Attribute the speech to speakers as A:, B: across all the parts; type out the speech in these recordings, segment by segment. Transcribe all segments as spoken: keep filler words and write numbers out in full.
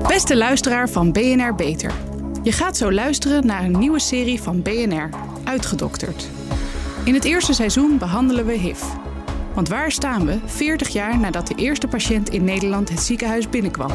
A: Beste luisteraar van B N R Beter. Je gaat zo luisteren naar een nieuwe serie van B N R, Uitgedokterd. In het eerste seizoen behandelen we H I V. Want waar staan we veertig jaar nadat de eerste patiënt in Nederland het ziekenhuis binnenkwam?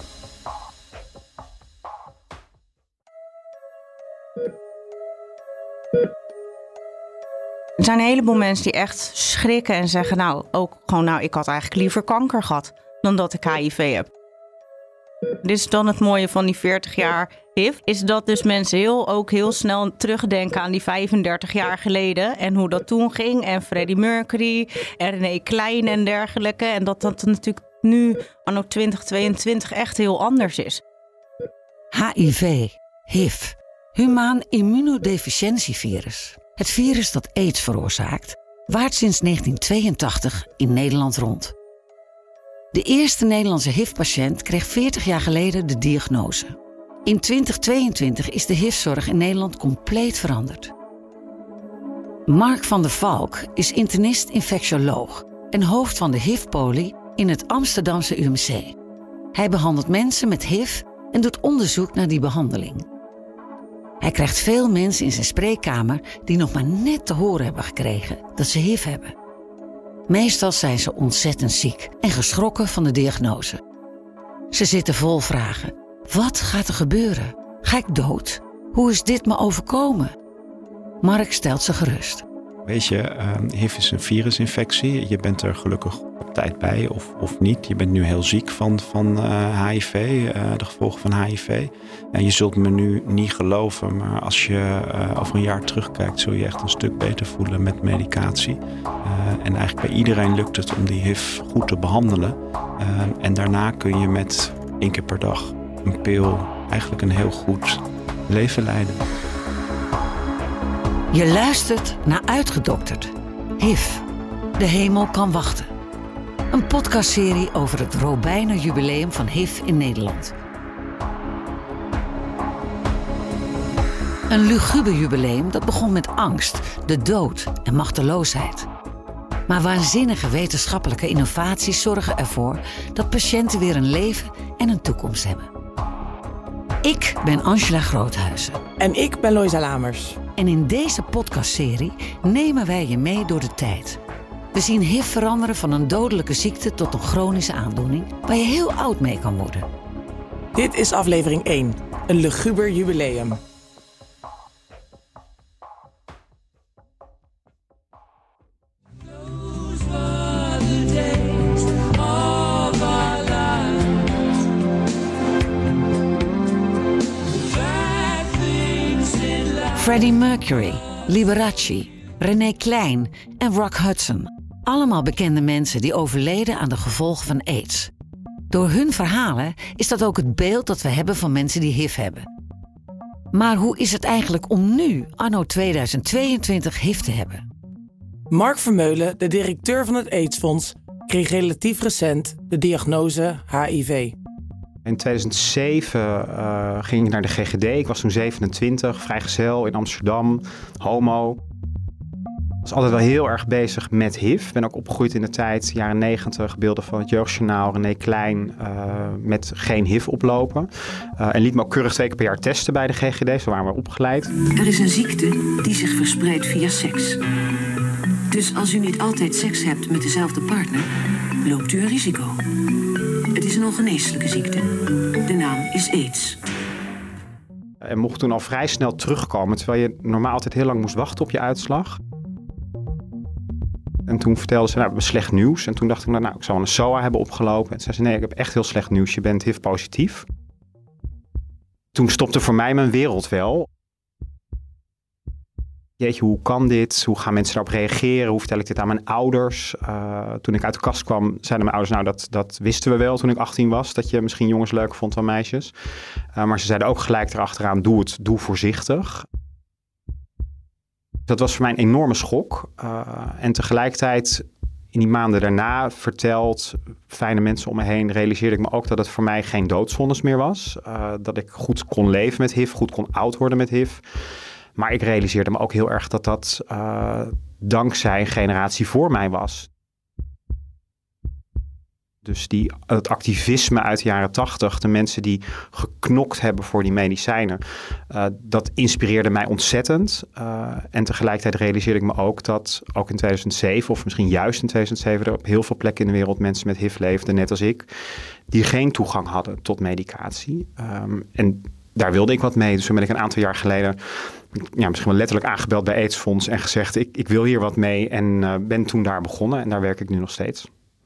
B: Er zijn een heleboel mensen die echt schrikken en zeggen... nou, ook gewoon, nou, ik had eigenlijk liever kanker gehad dan dat ik H I V heb. Dit is dan het mooie van die veertig jaar H I V. Is dat dus mensen heel, ook heel snel terugdenken aan die vijfendertig jaar geleden. En hoe dat toen ging. En Freddie Mercury en René Klein en dergelijke. En dat dat natuurlijk nu, anno twintig tweeëntwintig, echt heel anders is.
C: H I V, H I V, humaan immunodeficiëntievirus. Het virus dat AIDS veroorzaakt, waart sinds negentien tweeëntachtig in Nederland rond. De eerste Nederlandse H I V-patiënt kreeg veertig jaar geleden de diagnose. In twintig tweeëntwintig is de H I V-zorg in Nederland compleet veranderd. Mark van der Valk is internist-infectioloog en hoofd van de H I V-poli in het Amsterdamse U M C. Hij behandelt mensen met H I V en doet onderzoek naar die behandeling. Hij krijgt veel mensen in zijn spreekkamer die nog maar net te horen hebben gekregen dat ze H I V hebben. Meestal zijn ze ontzettend ziek en geschrokken van de diagnose. Ze zitten vol vragen. Wat gaat er gebeuren? Ga ik dood? Hoe is dit me overkomen? Mark stelt ze gerust.
D: Weet je, uh, H I V is een virusinfectie. Je bent er gelukkig op tijd bij of, of niet. Je bent nu heel ziek van, van uh, H I V, uh, de gevolgen van H I V. En je zult me nu niet geloven, maar als je uh, over een jaar terugkijkt... zul je echt een stuk beter voelen met medicatie. Uh, en eigenlijk bij iedereen lukt het om die H I V goed te behandelen. Uh, en daarna kun je met één keer per dag een pil eigenlijk een heel goed leven leiden.
C: Je luistert naar Uitgedokterd. H I V. De hemel kan wachten. Een podcastserie over het Robijner jubileum van H I V in Nederland. Een luguber jubileum dat begon met angst, de dood en machteloosheid. Maar waanzinnige wetenschappelijke innovaties zorgen ervoor dat patiënten weer een leven en een toekomst hebben. Ik ben Angela Groothuizen.
E: En ik ben Loisa Lamers.
C: En in deze podcastserie nemen wij je mee door de tijd. We zien H I V veranderen van een dodelijke ziekte tot een chronische aandoening... waar je heel oud mee kan worden.
E: Dit is aflevering één, een luguber jubileum.
C: Freddie Mercury, Liberace, René Klein en Rock Hudson. Allemaal bekende mensen die overleden aan de gevolgen van AIDS. Door hun verhalen is dat ook het beeld dat we hebben van mensen die H I V hebben. Maar hoe is het eigenlijk om nu, anno tweeduizend tweeëntwintig, H I V te hebben?
E: Mark Vermeulen, de directeur van het AIDS-fonds, kreeg relatief recent de diagnose H I V.
D: In tweeduizend zeven uh, ging ik naar de G G D. Ik was toen zevenentwintig, vrijgezel in Amsterdam, homo. Ik was altijd wel heel erg bezig met H I V. Ik ben ook opgegroeid in de tijd, jaren negentig, beelden van het Jeugdjournaal, René Klein, uh, met geen H I V oplopen. Uh, en liet me ook keurig twee keer per jaar testen bij de G G D, zo waren we opgeleid.
F: Er is een ziekte die zich verspreidt via seks. Dus als u niet altijd seks hebt met dezelfde partner, loopt u een risico. Het is een ongeneeslijke ziekte. De naam is AIDS.
D: En mocht toen al vrij snel terugkomen, terwijl je normaal altijd heel lang moest wachten op je uitslag. En toen vertelde ze, nou, we hebben slecht nieuws. En toen dacht ik, nou, nou ik zou een S O A hebben opgelopen. En toen zei ze, nee, ik heb echt heel slecht nieuws. Je bent H I V-positief. Toen stopte voor mij mijn wereld wel. Jeetje, hoe kan dit? Hoe gaan mensen daarop reageren? Hoe vertel ik dit aan mijn ouders? Uh, toen ik uit de kast kwam, zeiden mijn ouders... nou, dat, dat wisten we wel toen ik achttien was... dat je misschien jongens leuker vond dan meisjes. Uh, maar ze zeiden ook gelijk erachteraan... doe het, doe voorzichtig. Dat was voor mij een enorme schok. Uh, en tegelijkertijd, in die maanden daarna... verteld, fijne mensen om me heen... realiseerde ik me ook dat het voor mij geen doodzondes meer was. Uh, dat ik goed kon leven met H I V, goed kon oud worden met H I V... Maar ik realiseerde me ook heel erg dat dat uh, dankzij een generatie voor mij was. Dus die, het activisme uit de jaren tachtig, de mensen die geknokt hebben voor die medicijnen, uh, dat inspireerde mij ontzettend. Uh, en tegelijkertijd realiseerde ik me ook dat ook in tweeduizend zeven, of misschien juist in tweeduizend zeven, er op heel veel plekken in de wereld mensen met H I V leefden, net als ik, die geen toegang hadden tot medicatie. Um, en daar wilde ik wat mee. Dus toen ben ik een aantal jaar geleden, ja, misschien wel letterlijk aangebeld bij AIDS-fonds en gezegd, ik, ik wil hier wat mee. En uh, ben toen daar begonnen en daar werk ik nu nog steeds.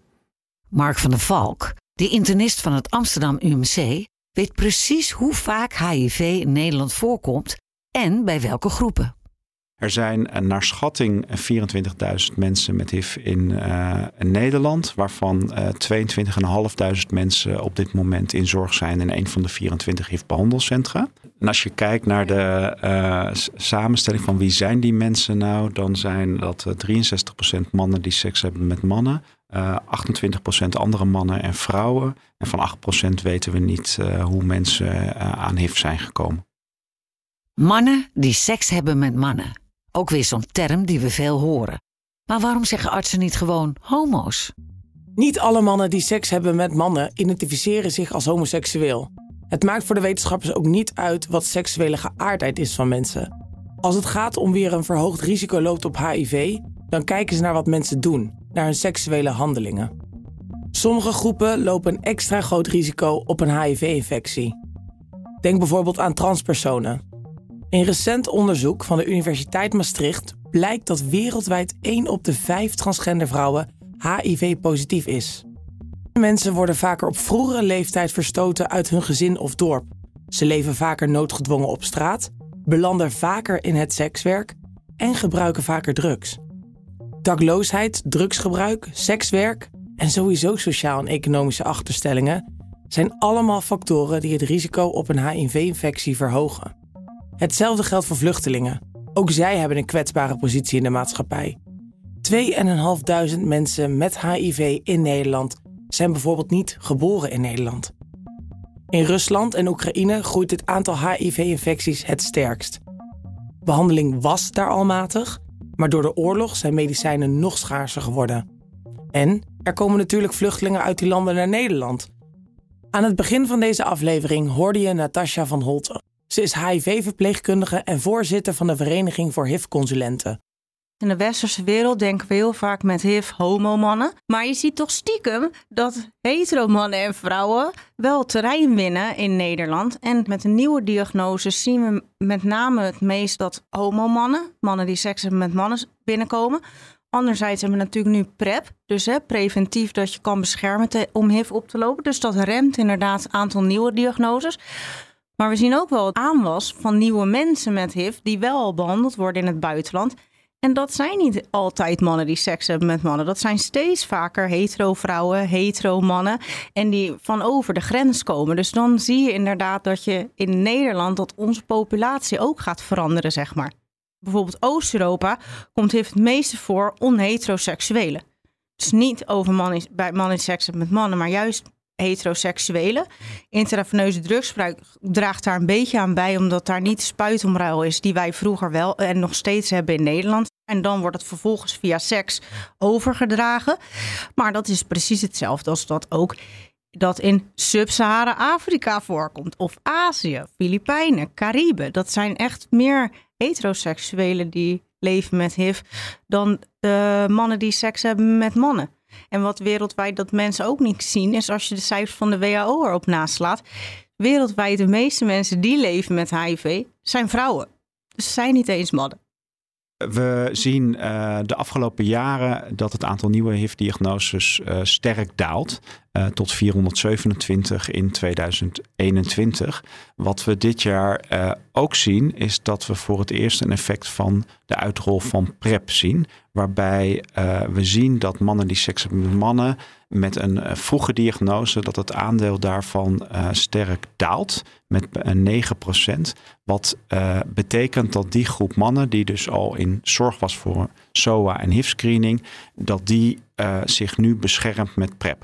C: Mark van der Valk, de internist van het Amsterdam U M C, weet precies hoe vaak H I V in Nederland voorkomt en bij welke groepen.
D: Er zijn uh, naar schatting vierentwintigduizend mensen met H I V in, uh, in Nederland, waarvan uh, tweeëntwintigduizend vijfhonderd mensen op dit moment in zorg zijn in een van de vierentwintig H I V-behandelcentra. En als je kijkt naar de uh, samenstelling van wie zijn die mensen nou, dan zijn dat uh, drieënzestig procent mannen die seks hebben met mannen, uh, achtentwintig procent andere mannen en vrouwen. En van acht procent weten we niet uh, hoe mensen uh, aan H I V zijn gekomen.
C: Mannen die seks hebben met mannen. Ook weer zo'n term die we veel horen. Maar waarom zeggen artsen niet gewoon homo's?
E: Niet alle mannen die seks hebben met mannen identificeren zich als homoseksueel. Het maakt voor de wetenschappers ook niet uit wat seksuele geaardheid is van mensen. Als het gaat om wie er een verhoogd risico loopt op H I V, dan kijken ze naar wat mensen doen, naar hun seksuele handelingen. Sommige groepen lopen een extra groot risico op een H I V-infectie. Denk bijvoorbeeld aan transpersonen. In recent onderzoek van de Universiteit Maastricht blijkt dat wereldwijd één op de vijf transgender vrouwen H I V-positief is. Mensen worden vaker op vroegere leeftijd verstoten uit hun gezin of dorp. Ze leven vaker noodgedwongen op straat, belanden vaker in het sekswerk en gebruiken vaker drugs. Dakloosheid, drugsgebruik, sekswerk en sowieso sociaal en economische achterstellingen zijn allemaal factoren die het risico op een H I V-infectie verhogen. Hetzelfde geldt voor vluchtelingen. Ook zij hebben een kwetsbare positie in de maatschappij. tweeduizend vijfhonderd mensen met H I V in Nederland zijn bijvoorbeeld niet geboren in Nederland. In Rusland en Oekraïne groeit het aantal H I V-infecties het sterkst. Behandeling was daar al matig, maar door de oorlog zijn medicijnen nog schaarser geworden. En er komen natuurlijk vluchtelingen uit die landen naar Nederland. Aan het begin van deze aflevering hoorde je Natasja van Holten. Ze is H I V-verpleegkundige en voorzitter van de Vereniging voor H I V-consulenten.
B: In de westerse wereld denken we heel vaak met H I V homomannen. Maar je ziet toch stiekem dat hetero-mannen en vrouwen wel terrein winnen in Nederland. En met de nieuwe diagnose zien we met name het meest dat homomannen, mannen die seks hebben met mannen, binnenkomen. Anderzijds hebben we natuurlijk nu PrEP, dus hè, preventief dat je kan beschermen te, om H I V op te lopen. Dus dat remt inderdaad het aantal nieuwe diagnoses. Maar we zien ook wel het aanwas van nieuwe mensen met H I V die wel al behandeld worden in het buitenland. En dat zijn niet altijd mannen die seks hebben met mannen. Dat zijn steeds vaker hetero-vrouwen, hetero-mannen en die van over de grens komen. Dus dan zie je inderdaad dat je in Nederland, dat onze populatie ook gaat veranderen, zeg maar. Bijvoorbeeld Oost-Europa komt H I V het meeste voor onheteroseksuelen. Dus niet over mannen, bij mannen die seks hebben met mannen, maar juist heteroseksuelen. Intraveneuze drugsgebruik draagt daar een beetje aan bij, omdat daar niet de spuitomruil is die wij vroeger wel en nog steeds hebben in Nederland. En dan wordt het vervolgens via seks overgedragen. Maar dat is precies hetzelfde als dat ook dat in Sub-Sahara-Afrika voorkomt. Of Azië, Filipijnen, Cariben. Dat zijn echt meer heteroseksuelen die leven met H I V dan de mannen die seks hebben met mannen. En wat wereldwijd dat mensen ook niet zien, is als je de cijfers van de W H O erop naslaat. Wereldwijd de meeste mensen die leven met H I V zijn vrouwen. Dus zijn niet eens mannen.
D: We zien uh, de afgelopen jaren dat het aantal nieuwe H I V-diagnoses uh, sterk daalt. Uh, tot vierhonderdzevenentwintig in tweeduizend eenentwintig. Wat we dit jaar uh, ook zien is dat we voor het eerst een effect van de uitrol van PrEP zien. Waarbij uh, we zien dat mannen die seks hebben met mannen met een uh, vroege diagnose, dat het aandeel daarvan uh, sterk daalt met uh, negen procent. Wat uh, betekent dat die groep mannen die dus al in zorg was voor S O A en H I V-screening, dat die uh, zich nu beschermt met PrEP.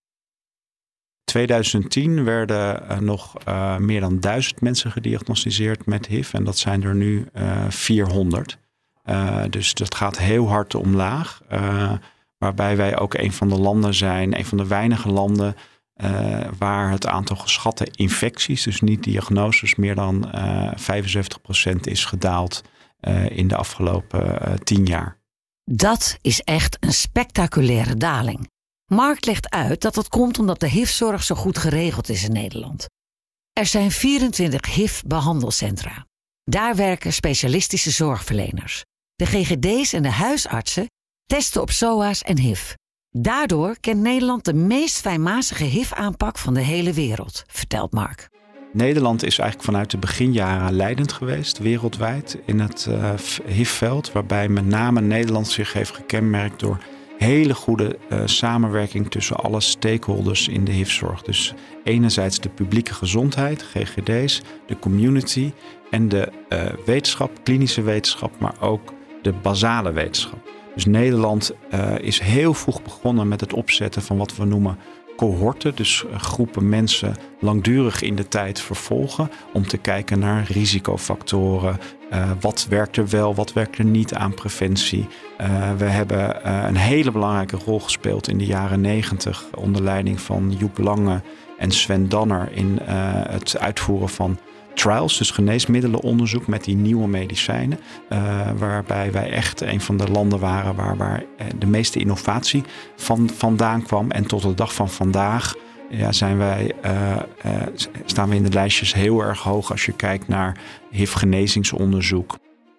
D: tweeduizend tien werden uh, nog uh, meer dan duizend mensen gediagnosticeerd met H I V en dat zijn er nu uh, vierhonderd. Uh, dus dat gaat heel hard omlaag. Uh, Waarbij wij ook een van de landen zijn, een van de weinige landen uh, waar het aantal geschatte infecties, dus niet diagnoses, meer dan uh, vijfenzeventig procent is gedaald uh, in de afgelopen uh, tien jaar.
C: Dat is echt een spectaculaire daling. Mark legt uit dat dat komt omdat de H I V-zorg zo goed geregeld is in Nederland. Er zijn vierentwintig H I V-behandelcentra. Daar werken specialistische zorgverleners. De G G D's en de huisartsen testen op S O A's en H I V. Daardoor kent Nederland de meest fijnmazige H I V-aanpak van de hele wereld, vertelt Mark.
D: Nederland is eigenlijk vanuit de beginjaren leidend geweest, wereldwijd, in het uh, H I V-veld. Waarbij met name Nederland zich heeft gekenmerkt door hele goede uh, samenwerking tussen alle stakeholders in de H I V-zorg. Dus enerzijds de publieke gezondheid, G G D's, de community en de uh, wetenschap, klinische wetenschap, maar ook de basale wetenschap. Dus Nederland uh, is heel vroeg begonnen met het opzetten van wat we noemen cohorten. Dus uh, groepen mensen langdurig in de tijd vervolgen om te kijken naar risicofactoren. Uh, wat werkt er wel, wat werkt er niet aan preventie. Uh, we hebben uh, een hele belangrijke rol gespeeld in de jaren negentig onder leiding van Joep Lange en Sven Danner in uh, het uitvoeren van trials, dus geneesmiddelenonderzoek met die nieuwe medicijnen. Uh, waarbij wij echt een van de landen waren waar, waar de meeste innovatie van, vandaan kwam. En tot de dag van vandaag ja, zijn wij, uh, uh, staan we in de lijstjes heel erg hoog als je kijkt naar H I V-genezingsonderzoek.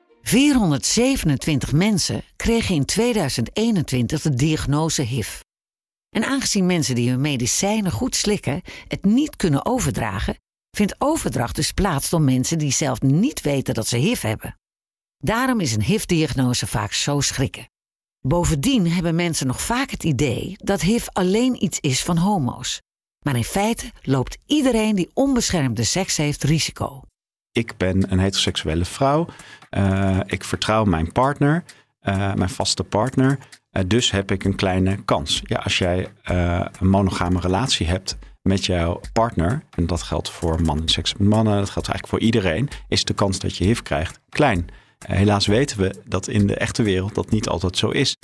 C: vierhonderdzevenentwintig mensen kregen in tweeduizend eenentwintig de diagnose H I V. En aangezien mensen die hun medicijnen goed slikken het niet kunnen overdragen, vindt overdracht dus plaats door mensen die zelf niet weten dat ze H I V hebben. Daarom is een H I V-diagnose vaak zo schrikken. Bovendien hebben mensen nog vaak het idee dat H I V alleen iets is van homo's. Maar in feite loopt iedereen die onbeschermde seks heeft risico.
D: Ik ben een heteroseksuele vrouw. Uh, ik vertrouw mijn partner, uh, mijn vaste partner. Uh, dus heb ik een kleine kans. Ja, als jij uh, een monogame relatie hebt met jouw partner, en dat geldt voor mannen die seks met mannen, dat geldt eigenlijk voor iedereen, is de kans dat je H I V krijgt klein. Uh, helaas weten we dat in de echte wereld dat niet altijd zo is.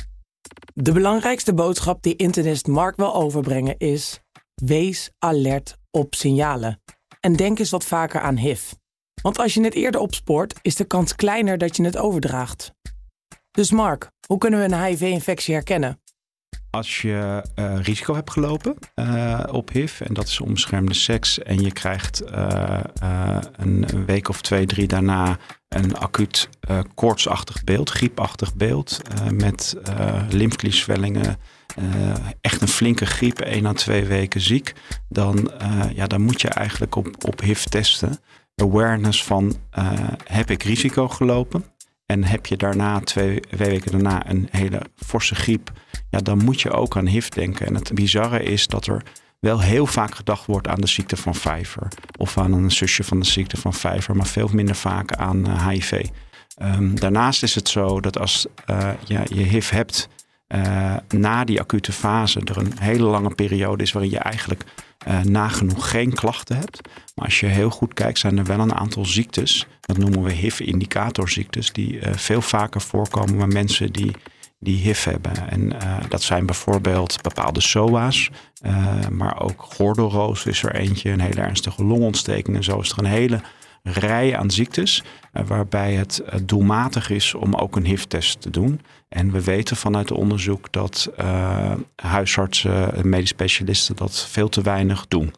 E: De belangrijkste boodschap die internist Mark wil overbrengen is: wees alert op signalen. En denk eens wat vaker aan H I V. Want als je het eerder opspoort, is de kans kleiner dat je het overdraagt. Dus Mark, hoe kunnen we een H I V-infectie herkennen?
D: Als je uh, risico hebt gelopen uh, op H I V, en dat is onbeschermde seks, en je krijgt uh, uh, een week of twee, drie daarna een acuut uh, koortsachtig beeld, griepachtig beeld, uh, met uh, lymfeklieszwellingen, uh, echt een flinke griep, één à twee weken ziek, dan, uh, ja, dan moet je eigenlijk op, op H I V testen. Awareness van, uh, heb ik risico gelopen? En heb je daarna, twee weken daarna, een hele forse griep, ja, dan moet je ook aan H I V denken. En het bizarre is dat er wel heel vaak gedacht wordt aan de ziekte van Pfeiffer. Of aan een zusje van de ziekte van Pfeiffer, maar veel minder vaak aan uh, H I V. Um, daarnaast is het zo dat als uh, ja, je H I V hebt, uh, na die acute fase er een hele lange periode is waarin je eigenlijk uh, nagenoeg geen klachten hebt. Maar als je heel goed kijkt, zijn er wel een aantal ziektes, dat noemen we H I V-indicatorziektes, die uh, veel vaker voorkomen bij mensen die, die H I V hebben. En uh, dat zijn bijvoorbeeld bepaalde S O A's, uh, maar ook gordelroos is er eentje, een hele ernstige longontsteking. En zo is er een hele rij aan ziektes uh, waarbij het uh, doelmatig is om ook een H I V-test te doen. En we weten vanuit onderzoek dat uh, huisartsen en medisch specialisten dat veel te weinig doen.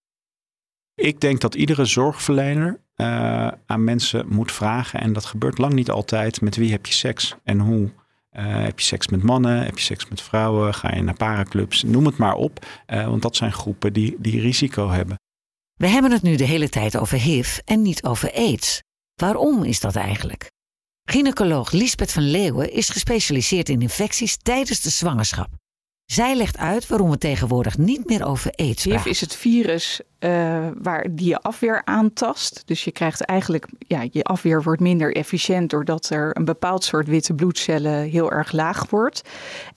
D: Ik denk dat iedere zorgverlener uh, aan mensen moet vragen, en dat gebeurt lang niet altijd, met wie heb je seks en hoe? Uh, heb je seks met mannen, heb je seks met vrouwen, ga je naar paraclubs, noem het maar op. Uh, want dat zijn groepen die, die risico hebben.
C: We hebben het nu de hele tijd over H I V en niet over AIDS. Waarom is dat eigenlijk? Gynaecoloog Liesbeth van Leeuwen is gespecialiseerd in infecties tijdens de zwangerschap. Zij legt uit waarom we tegenwoordig niet meer over AIDS praten.
A: H I V is het virus uh, waar die je afweer aantast. Dus je krijgt eigenlijk, ja, je afweer wordt minder efficiënt doordat er een bepaald soort witte bloedcellen heel erg laag wordt. En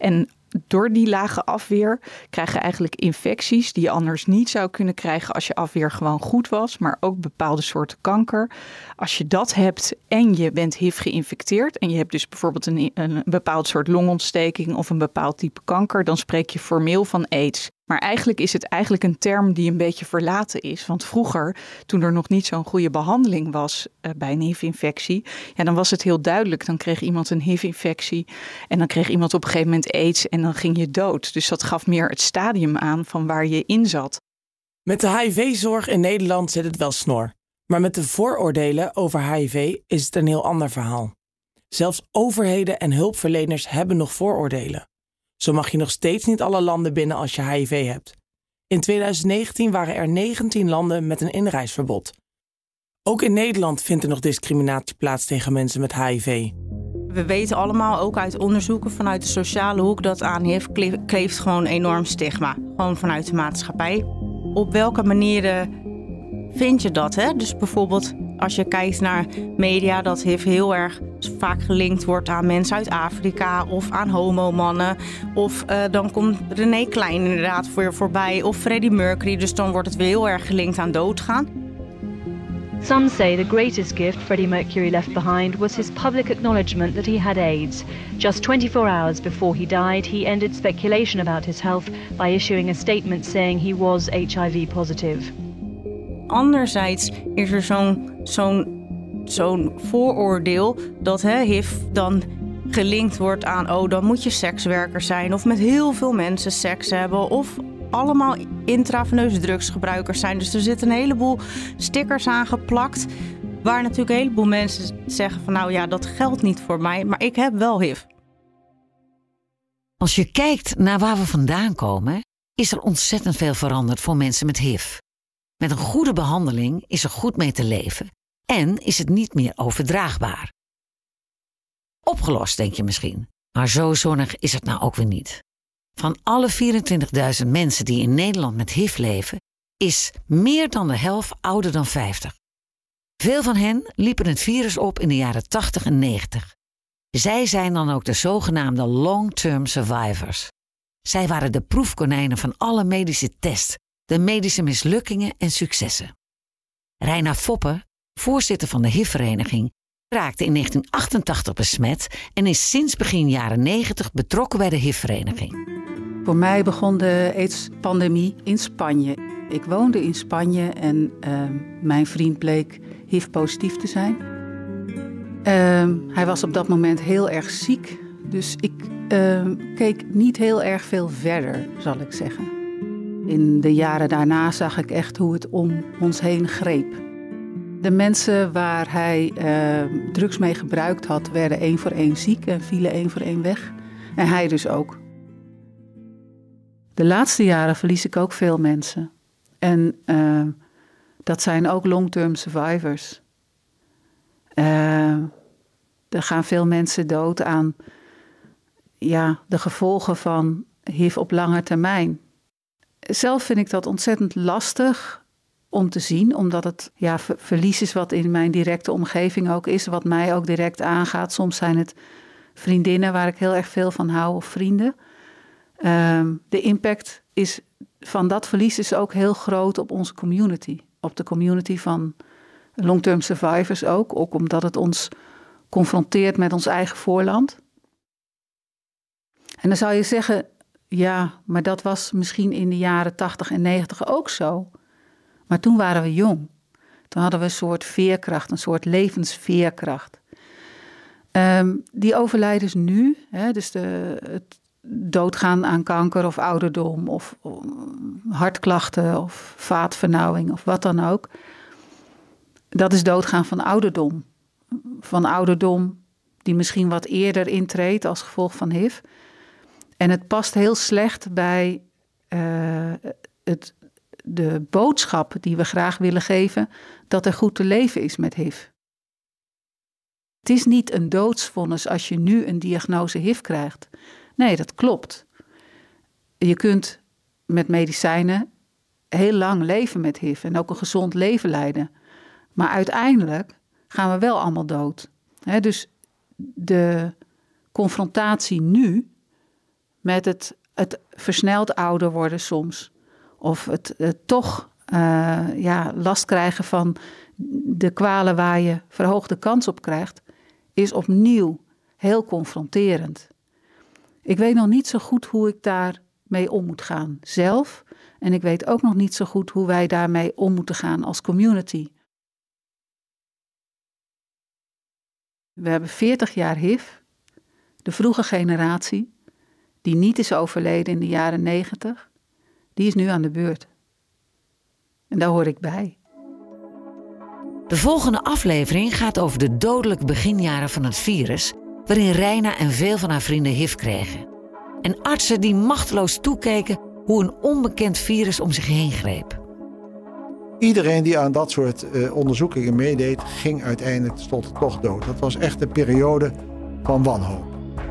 G: door die lage afweer krijg je eigenlijk infecties die je anders niet zou kunnen krijgen als je afweer gewoon goed was, maar ook bepaalde soorten kanker. Als je dat hebt en je bent H I V geïnfecteerd en je hebt dus bijvoorbeeld een, een bepaald soort longontsteking of een bepaald type kanker, dan spreek je formeel van AIDS. Maar eigenlijk is het eigenlijk een term die een beetje verlaten is. Want vroeger, toen er nog niet zo'n goede behandeling was uh, bij een H I V-infectie, ja, dan was het heel duidelijk. Dan kreeg iemand een H I V-infectie en dan kreeg iemand op een gegeven moment AIDS en dan ging je dood. Dus dat gaf meer het stadium aan van waar je in zat.
E: Met de H I V-zorg in Nederland zit het wel snor. Maar met de vooroordelen over H I V is het een heel ander verhaal. Zelfs overheden en hulpverleners hebben nog vooroordelen. Zo mag je nog steeds niet alle landen binnen als je H I V hebt. In twintig negentien waren er negentien landen met een inreisverbod. Ook in Nederland vindt er nog discriminatie plaats tegen mensen met H I V.
B: We weten allemaal, ook uit onderzoeken vanuit de sociale hoek, dat aan H I V kleeft gewoon enorm stigma. Gewoon vanuit de maatschappij. Op welke manieren vind je dat? Hè? Dus bijvoorbeeld als je kijkt naar media, dat H I V heel erg vaak gelinkt wordt aan mensen uit Afrika of aan homomannen. Of uh, dan komt René Klein inderdaad voor je voorbij of Freddie Mercury. Dus dan wordt het weer heel erg gelinkt aan doodgaan.
H: Some say the greatest gift Freddie Mercury left behind was his public acknowledgement that he had AIDS. Just twenty-four hours before he died, he ended speculation about his health by issuing a statement saying he was H I V positive.
B: Anderzijds is er zo'n, zo'n, zo'n vooroordeel dat hè, H I V dan gelinkt wordt aan, oh, dan moet je sekswerker zijn of met heel veel mensen seks hebben of allemaal intraveneuze drugsgebruikers zijn. Dus er zitten een heleboel stickers aan geplakt waar natuurlijk een heleboel mensen zeggen van, nou ja, dat geldt niet voor mij, maar ik heb wel H I V.
C: Als je kijkt naar waar we vandaan komen, is er ontzettend veel veranderd voor mensen met H I V. Met een goede behandeling is er goed mee te leven en is het niet meer overdraagbaar. Opgelost, denk je misschien, maar zo zonnig is het nou ook weer niet. Van alle vierentwintigduizend mensen die in Nederland met H I V leven, is meer dan de helft ouder dan vijftig. Veel van hen liepen het virus op in de jaren tachtig en negentig. Zij zijn dan ook de zogenaamde long-term survivors. Zij waren de proefkonijnen van alle medische tests, de medische mislukkingen en successen. Reina Foppe, voorzitter van de H I V-vereniging, raakte in negentien achtentachtig besmet en is sinds begin jaren negentig betrokken bij de H I V-vereniging.
I: Voor mij begon de AIDS-pandemie in Spanje. Ik woonde in Spanje en uh, mijn vriend bleek H I V-positief te zijn. Uh, hij was op dat moment heel erg ziek, dus ik uh, keek niet heel erg veel verder, zal ik zeggen. In de jaren daarna zag ik echt hoe het om ons heen greep. De mensen waar hij uh, drugs mee gebruikt had, werden één voor één ziek en vielen één voor één weg. En hij dus ook. De laatste jaren verlies ik ook veel mensen. En uh, dat zijn ook long-term survivors. Uh, er gaan veel mensen dood aan ja, de gevolgen van H I V op lange termijn. Zelf vind ik dat ontzettend lastig om te zien, omdat het ja, ver- verlies is wat in mijn directe omgeving ook is, wat mij ook direct aangaat. Soms zijn het vriendinnen waar ik heel erg veel van hou of vrienden. Uh, de impact is, van dat verlies is ook heel groot op onze community. Op de community van long-term survivors ook. Ook omdat het ons confronteert met ons eigen voorland. En dan zou je zeggen, ja, maar dat was misschien in de jaren tachtig en negentig ook zo. Maar toen waren we jong. Toen hadden we een soort veerkracht, een soort levensveerkracht. Um, die overlijdens nu, hè, dus de, het doodgaan aan kanker of ouderdom of hartklachten of vaatvernauwing of wat dan ook. Dat is doodgaan van ouderdom. Van ouderdom die misschien wat eerder intreedt als gevolg van H I V. En het past heel slecht bij uh, het, de boodschap die we graag willen geven, dat er goed te leven is met H I V. Het is niet een doodsvonnis als je nu een diagnose H I V krijgt. Nee, dat klopt. Je kunt met medicijnen heel lang leven met H I V en ook een gezond leven leiden. Maar uiteindelijk gaan we wel allemaal dood. He, dus de confrontatie nu met het, het versneld ouder worden soms. Of het, het toch uh, ja, last krijgen van de kwalen waar je verhoogde kans op krijgt, is opnieuw heel confronterend. Ik weet nog niet zo goed hoe ik daarmee om moet gaan zelf. En ik weet ook nog niet zo goed hoe wij daarmee om moeten gaan als community. We hebben veertig jaar H I V, de vroege generatie, die niet is overleden in de jaren negentig, die is nu aan de beurt. En daar hoor ik bij.
C: De volgende aflevering gaat over de dodelijke beginjaren van het virus, waarin Reina en veel van haar vrienden H I V kregen. En artsen die machteloos toekeken hoe een onbekend virus om zich heen greep.
J: Iedereen die aan dat soort uh, onderzoekingen meedeed, ging uiteindelijk tot toch dood. Dat was echt een periode van wanhoop.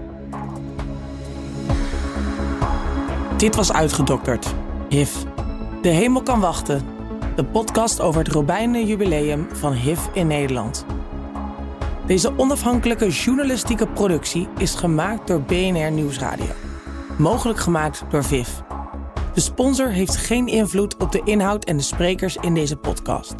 E: Dit was Uitgedokterd. H I V. De hemel kan wachten. De podcast over het Robijnen jubileum van H I V in Nederland. Deze onafhankelijke journalistieke productie is gemaakt door B N R Nieuwsradio. Mogelijk gemaakt door V I V. De sponsor heeft geen invloed op de inhoud en de sprekers in deze podcast.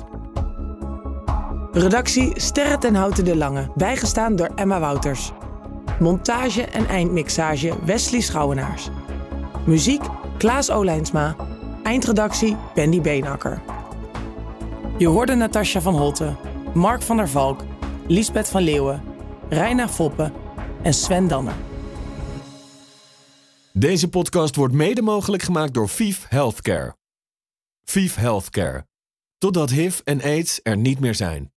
E: Redactie Sterre ten Houten de Lange, bijgestaan door Emma Wouters. Montage en eindmixage Wesley Schouwenaars. Muziek Klaas Olijnsma. Eindredactie Wendy Beenakker. Je hoorde Natasja van Holten, Mark van der Valk, Liesbeth van Leeuwen, Reina Foppe en Sven Danner.
K: Deze podcast wordt mede mogelijk gemaakt door V I V Healthcare. V I V Healthcare. Totdat H I V en AIDS er niet meer zijn.